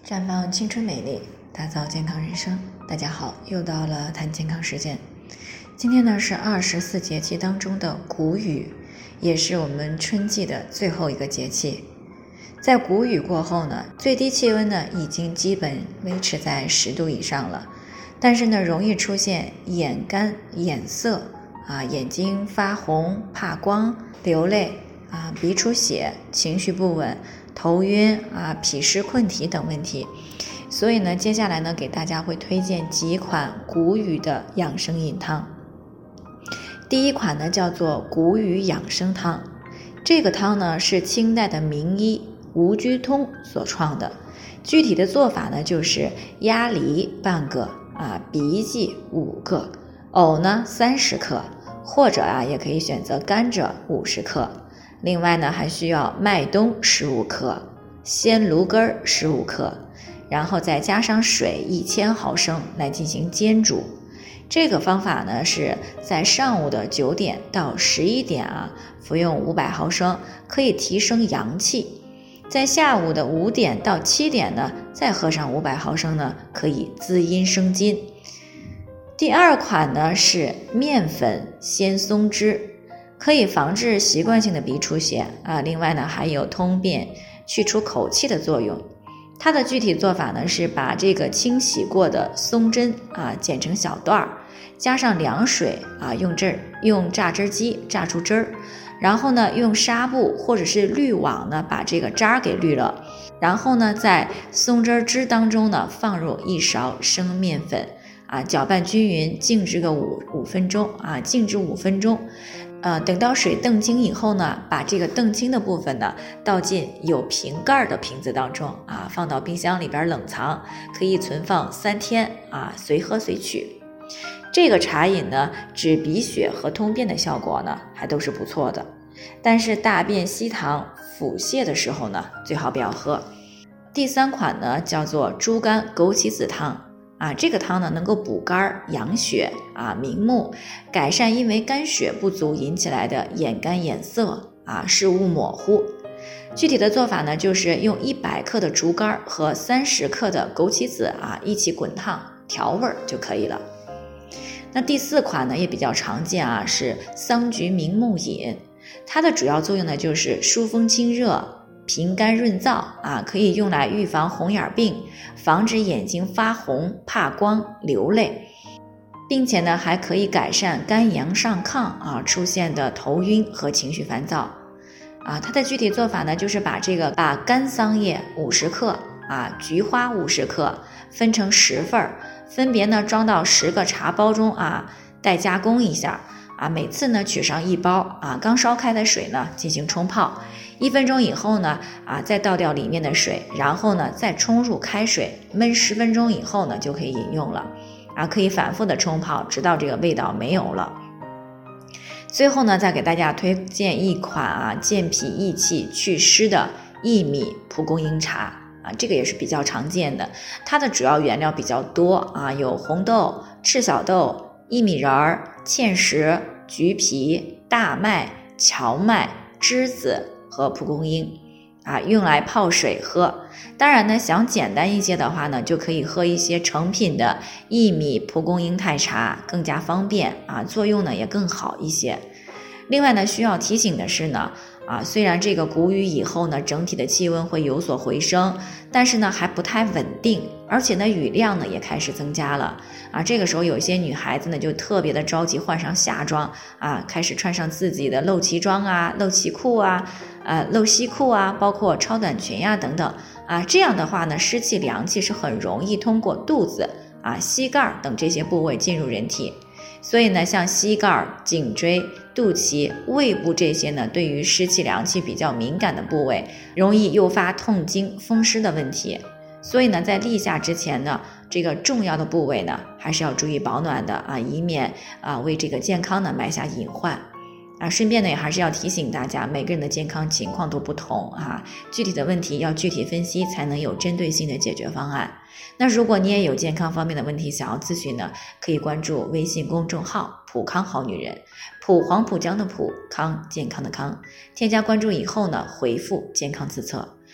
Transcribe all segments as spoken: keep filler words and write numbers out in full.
绽放青春美丽，打造健康人生。大家好，又到了谈健康时间。今天呢是二十四节气当中的谷雨，也是我们春季的最后一个节气。在谷雨过后呢，最低气温呢已经基本维持在十度以上了，但是呢容易出现眼干、眼涩啊、眼睛发红、怕光、流泪啊、鼻出血、情绪不稳、头晕啊、脾湿困体等问题。所以呢，接下来呢，给大家会推荐几款谷雨的养生饮汤。第一款呢叫做谷雨养生汤，这个汤呢是清代的名医吴居通所创的。具体的做法呢就是鸭梨半个啊，荸荠五个，藕呢三十克，或者啊也可以选择甘蔗五十克。另外呢还需要麦冬十五克，鲜芦根十五克，然后再加上水一千毫升来进行煎煮。这个方法呢是在上午的九点到十一点啊服用五百毫升，可以提升阳气。在下午的五点到七点呢再喝上五百毫升呢，可以滋阴生津。第二款呢是面粉鲜松脂，可以防治习惯性的鼻出血啊，另外呢还有通便去除口气的作用。它的具体做法呢是把这个清洗过的松针啊剪成小段儿，加上凉水啊，用汁用榨汁机榨出汁儿，然后呢用纱布或者是滤网呢把这个渣给滤了，然后呢在松汁汁当中呢放入一勺生面粉啊，搅拌均匀，静置个五五分钟啊，静置五分钟。呃，等到水澄清以后呢，把这个澄清的部分呢倒进有瓶盖的瓶子当中啊，放到冰箱里边冷藏，可以存放三天啊，随喝随取。这个茶饮呢，止鼻血和通便的效果呢，还都是不错的。但是大便稀溏、腹泻的时候呢，最好不要喝。第三款呢，叫做猪肝枸杞子汤。啊，这个汤呢能够补肝养血啊，明目，改善因为肝血不足引起来的眼干眼涩啊，视物模糊。具体的做法呢，就是用一百克的竹竿和三十克的枸杞子啊一起滚烫调味就可以了。那第四款呢也比较常见啊，是桑菊明目饮，它的主要作用呢就是疏风清热、平肝润燥啊，可以用来预防红眼病，防止眼睛发红、怕光、流泪，并且呢还可以改善肝阳上亢啊出现的头晕和情绪烦躁啊。它的具体做法呢就是把这个把干桑叶五十克啊，菊花五十克分成十份，分别呢装到十个茶包中啊，待加工一下啊，每次呢取上一包啊，刚烧开的水呢进行冲泡，一分钟以后呢啊再倒掉里面的水，然后呢再冲入开水焖十分钟以后呢就可以饮用了啊，可以反复的冲泡，直到这个味道没有了。最后呢再给大家推荐一款啊健脾益气祛湿的薏米蒲公英茶啊，这个也是比较常见的，它的主要原料比较多啊，有红豆、赤小豆、薏米仁儿、芡实、橘皮、大麦、荞麦、栀子和蒲公英啊，用来泡水喝。当然呢，想简单一些的话呢，就可以喝一些成品的薏米蒲公英太茶，更加方便啊，作用呢也更好一些。另外呢，需要提醒的是呢，啊，虽然这个谷雨以后呢，整体的气温会有所回升，但是呢还不太稳定，而且呢雨量呢也开始增加了啊。这个时候有一些女孩子呢就特别的着急换上夏装啊，开始穿上自己的露脐装啊、露脐裤啊、呃露膝裤啊，包括超短裙呀、啊、等等啊。这样的话呢，湿气凉气是很容易通过肚子啊、膝盖等这些部位进入人体。所以呢，像膝盖、颈椎、肚脐、胃部这些呢，对于湿气凉气比较敏感的部位，容易诱发痛经、风湿的问题。所以呢，在立夏之前呢，这个重要的部位呢，还是要注意保暖的啊，以免啊为这个健康呢埋下隐患。啊，顺便呢也还是要提醒大家，每个人的健康情况都不同啊，具体的问题要具体分析，才能有针对性的解决方案。那如果你也有健康方面的问题想要咨询呢，可以关注微信公众号普康好女人，普黄浦江的普，康健康的康，添加关注以后呢，回复健康自测。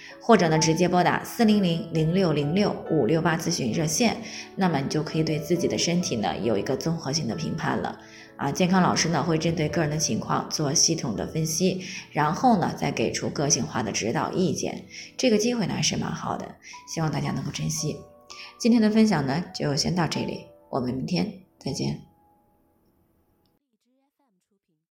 或者呢直接拨打四零零零六零六五六八咨询热线，那么你就可以对自己的身体呢有一个综合性的评判了啊。健康老师呢会针对个人的情况做系统的分析，然后呢再给出个性化的指导意见，这个机会呢还是蛮好的，希望大家能够珍惜。今天的分享呢就先到这里，我们明天再见。